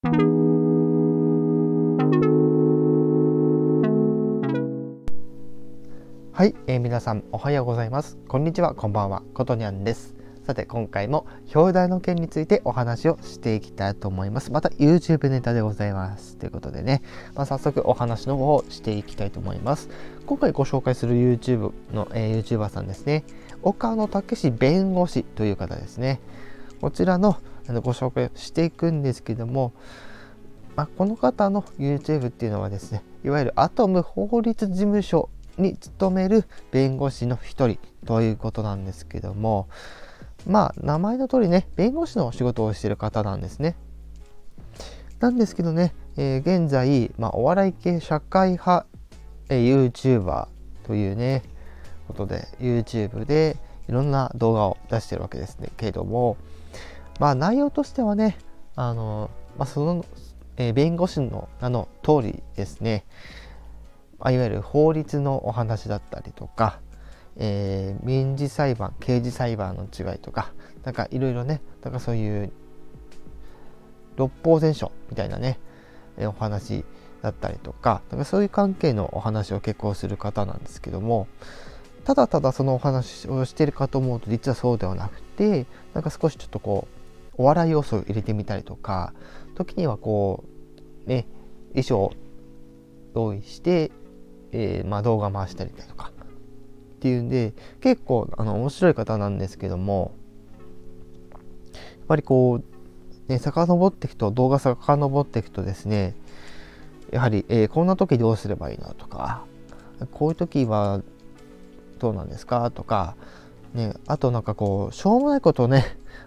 はい、皆さんおはようございます。こんにちは、こんばんは、ことにゃんです。さて今回も表題の件についてお話をしていきたいと思います。また YouTube ネタでございますということでね、早速お話の方をしていきたいと思います。今回ご紹介する YouTube の、YouTuber さんですね、岡野武弁護士という方ですね。こちらのご紹介をしていくんですけども、この方の YouTube っていうのはですね、いわゆるアトム法律事務所に勤める弁護士の一人ということなんですけども、名前の通りね、弁護士の仕事をしている方なんですね。なんですけどね、現在、お笑い系社会派、YouTuber というねことで YouTube でいろんな動画を出してるわけですねけれども、内容としてはね、その、弁護士の名の通りですね、いわゆる法律のお話だったりとか、民事裁判、刑事裁判の違いとか、いろいろね、そういう六法全書みたいなね、お話だったりとか、そういう関係のお話を結構する方なんですけども、ただただそのお話をしているかと思うと実はそうではなくて、少しちょっとこうお笑い要素を入れてみたりとか、時にはこうね、衣装を用意して、動画回したりとかっていうんで、結構面白い方なんですけども、やっぱりこうね、遡っていくと、動画遡っていくとですね、やはり、こんな時どうすればいいのとか、こういう時はどうなんですかとかね、あとこうしょうもないことをね、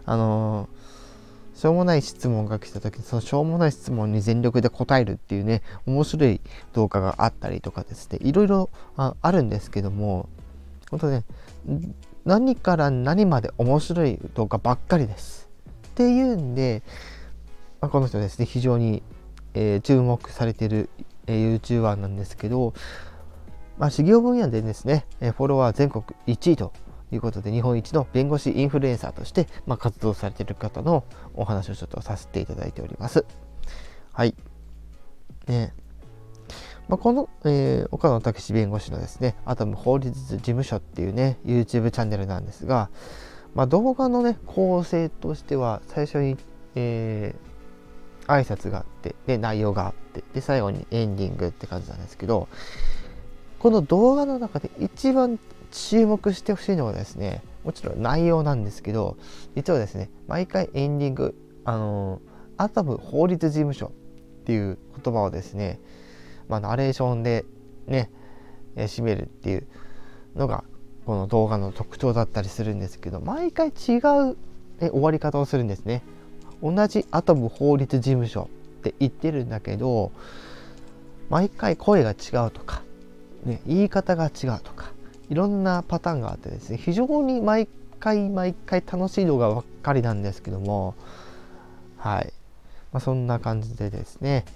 しょうもない質問が来た時に、そのしょうもない質問に全力で答えるっていうね、面白い動画があったりとかですね、いろいろあるんですけども、本当ね、何から何まで面白い動画ばっかりですっていうんで、この人ですね、非常に、注目されている、YouTuber なんですけど、事業分野でですね、フォロワー全国1位ということで、日本一の弁護士インフルエンサーとして、活動されている方のお話をちょっとさせていただいております。はい。ね。この、岡野武弁護士のですね、アトム法律事務所っていうね、YouTube チャンネルなんですが、動画のね、構成としては、最初に、挨拶があって、で、内容があって、で、最後にエンディングって感じなんですけど、この動画の中で一番注目してほしいのはですね、もちろん内容なんですけど、実はですね、毎回エンディング、アトム法律事務所っていう言葉をですね、ナレーションでね、締めるっていうのがこの動画の特徴だったりするんですけど、毎回違う、終わり方をするんですね。同じアトム法律事務所って言ってるんだけど、毎回声が違うとか、ね、言い方が違うとか、いろんなパターンがあってですね、非常に毎回楽しい動画ばっかりなんですけども、はい、そんな感じでですね、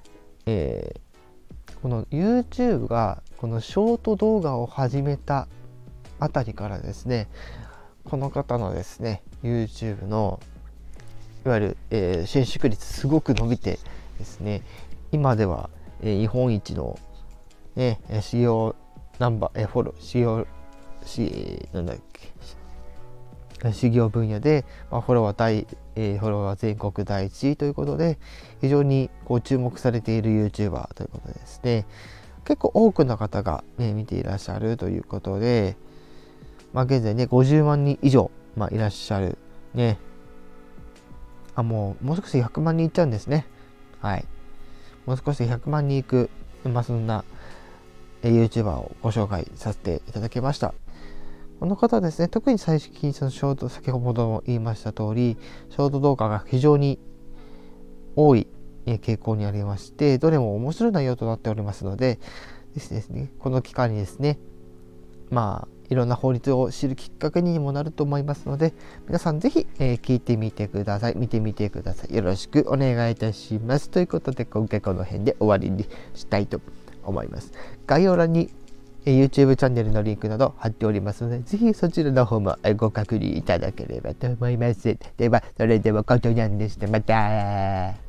この YouTube がこのショート動画を始めたあたりからですね、この方のですね YouTube のいわゆる、伸縮率すごく伸びてですね、今では、日本一のね、修行ナンバー、フォロー、修行分野で、フォロワー全国第一位ということで、非常に注目されている YouTuber ということでですね、結構多くの方が、見ていらっしゃるということで、現在ね、50万人以上、いらっしゃるね。もう少しで100万人いっちゃうんですね。はい。もう少しで100万人いく、そんなYouTuber をご紹介させていただきました。この方ですね、特に最近そのショート、先ほども言いました通り、ショート動画が非常に多い傾向にありまして、どれも面白い内容となっておりますので、ですね、この機会にですね、いろんな法律を知るきっかけにもなると思いますので、皆さんぜひ、聞いてみてください。見てみてください。よろしくお願いいたします。ということで、今回この辺で終わりにしたいと思います。概要欄に YouTube チャンネルのリンクなど貼っておりますので、ぜひそちらの方もご確認いただければと思います。では、それではことにゃんでした。また